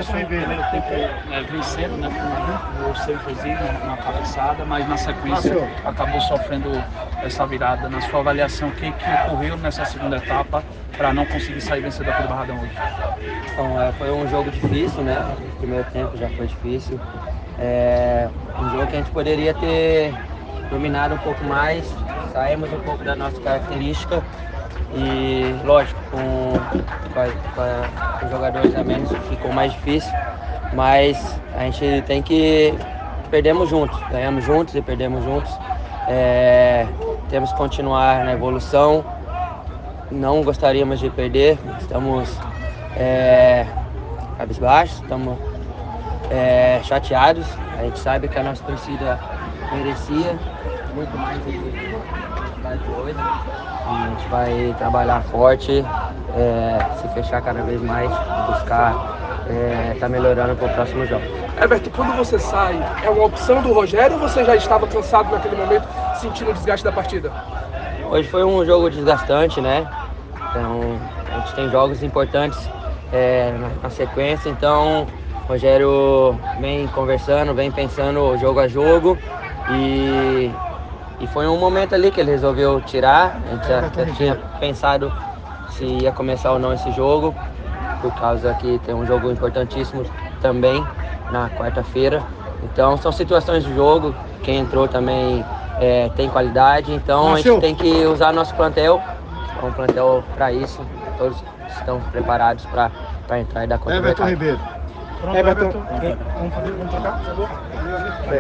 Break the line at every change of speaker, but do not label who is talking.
começou o primeiro tempo vencendo, né, com o seu inclusive na cabeçada, mas na sequência acabou sofrendo essa virada. Na sua avaliação, o que ocorreu nessa segunda etapa para não conseguir sair vencedor pelo Barradão hoje?
Então, foi um jogo difícil, né? O primeiro tempo já foi difícil. Um jogo que a gente poderia ter dominado um pouco mais, saímos um pouco da nossa característica e, lógico, com os jogadores a menos ficou mais difícil, mas a gente tem que... Perdemos juntos, ganhamos juntos e perdemos juntos. Temos que continuar na evolução, não gostaríamos de perder, estamos cabisbaixos, estamos chateados. A gente sabe que a nossa torcida merecia muito mais do que a de hoje. A gente vai trabalhar forte, se fechar cada vez mais, buscar estar melhorando para o próximo jogo.
Everton, quando você sai, é uma opção do Rogério ou você já estava cansado naquele momento, sentindo o desgaste da partida?
Hoje foi um jogo desgastante, né? Então, a gente tem jogos importantes na sequência, então o Rogério vem conversando, vem pensando jogo a jogo e foi um momento ali que ele resolveu tirar. A gente já tinha pensado se ia começar ou não esse jogo, por causa que tem um jogo importantíssimo também na quarta-feira. Então são situações do jogo, quem entrou também tem qualidade, então a gente tem que usar nosso plantel, é um plantel para isso, todos estão preparados para entrar e dar conta do recado.
Everton Ribeiro.
Everton, vamos trocar, por favor?